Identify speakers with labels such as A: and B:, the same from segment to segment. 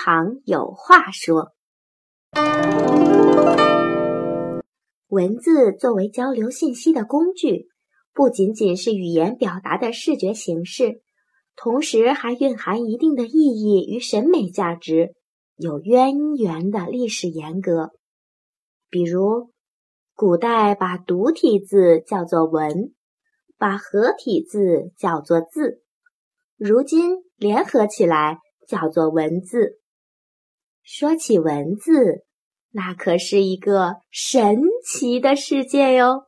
A: 旁有话说。文字作为交流信息的工具，不仅仅是语言表达的视觉形式，同时还蕴含一定的意义与审美价值，有渊源的历史沿革。比如，古代把独体字叫做文，把合体字叫做字，如今联合起来叫做文字。说起文字，那可是一个神奇的世界哟。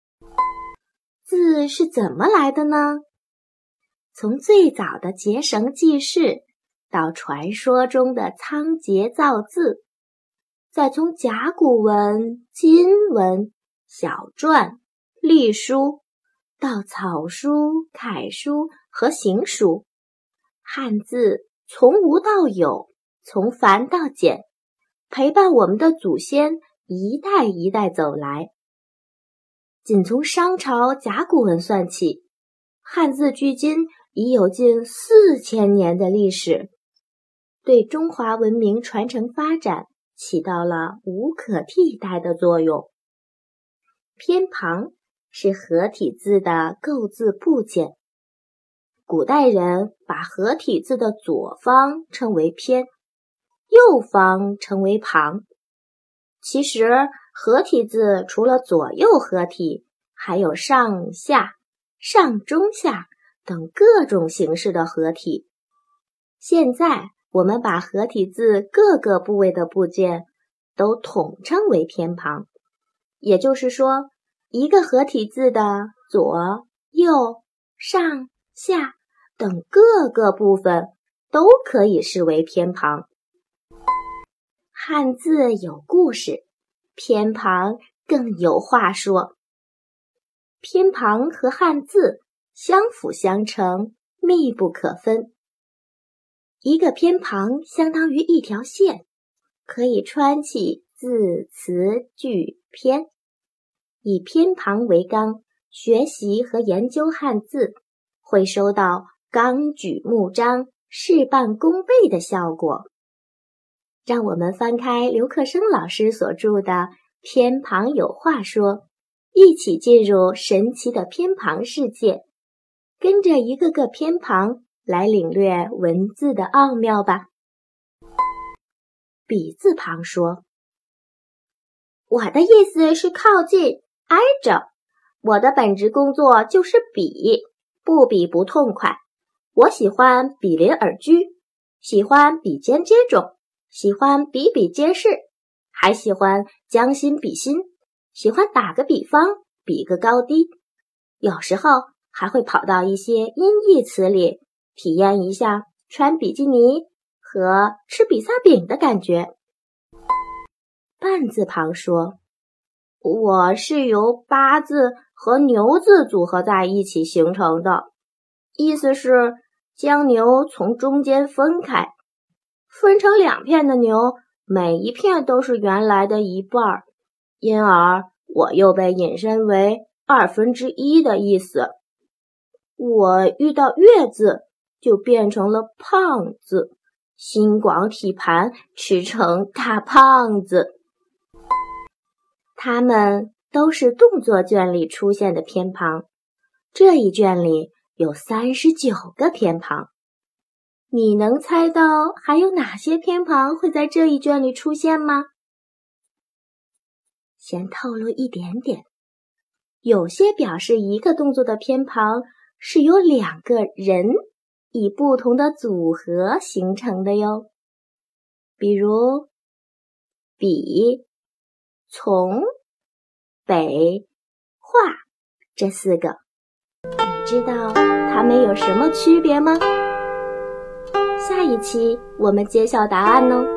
A: 字是怎么来的呢？从最早的结绳记事，到传说中的仓颉造字，再从甲骨文、金文、小篆、隶书，到草书、楷书和行书，汉字从无到有，从繁到简，陪伴我们的祖先一代一代走来。仅从商朝甲骨文算起，汉字距今已有近4000年的历史，对中华文明传承发展起到了无可替代的作用。偏旁是合体字的构字部件，古代人把合体字的左方称为偏，右方称为旁。其实合体字除了左右合体，还有上下、上中下等各种形式的合体。现在我们把合体字各个部位的部件都统称为偏旁，也就是说，一个合体字的左、右、上、下等各个部分都可以视为偏旁。汉字有故事，偏旁更有话说。偏旁和汉字相辅相成，密不可分。一个偏旁相当于一条线，可以穿起字词句篇。以偏旁为纲，学习和研究汉字，会收到纲举目张、事半功倍的效果。让我们翻开刘克生老师所著的《偏旁有话说》，一起进入神奇的偏旁世界，跟着一个个偏旁来领略文字的奥妙吧。比字旁说，我的意思是靠近，挨着。我的本职工作就是比，不比不痛快。我喜欢比邻而居，喜欢比肩接踵，喜欢比比皆是，还喜欢将心比心，喜欢打个比方，比个高低。有时候还会跑到一些音译词里，体验一下穿比基尼和吃比萨饼的感觉。半字旁说，我是由八字和牛字组合在一起形成的，意思是将牛从中间分开，分成2片的牛，每一片都是原来的一半，因而我又被引申为1/2的意思。我遇到月字就变成了胖字，心广体盘，吃成大胖子。它们都是动作卷里出现的偏旁，这一卷里有39个偏旁。你能猜到还有哪些偏旁会在这一卷里出现吗？先透露一点点，有些表示一个动作的偏旁是由2个人以不同的组合形成的哟。比如比、从、北、画这4个，你知道它们有什么区别吗？下一期我们揭晓答案哦。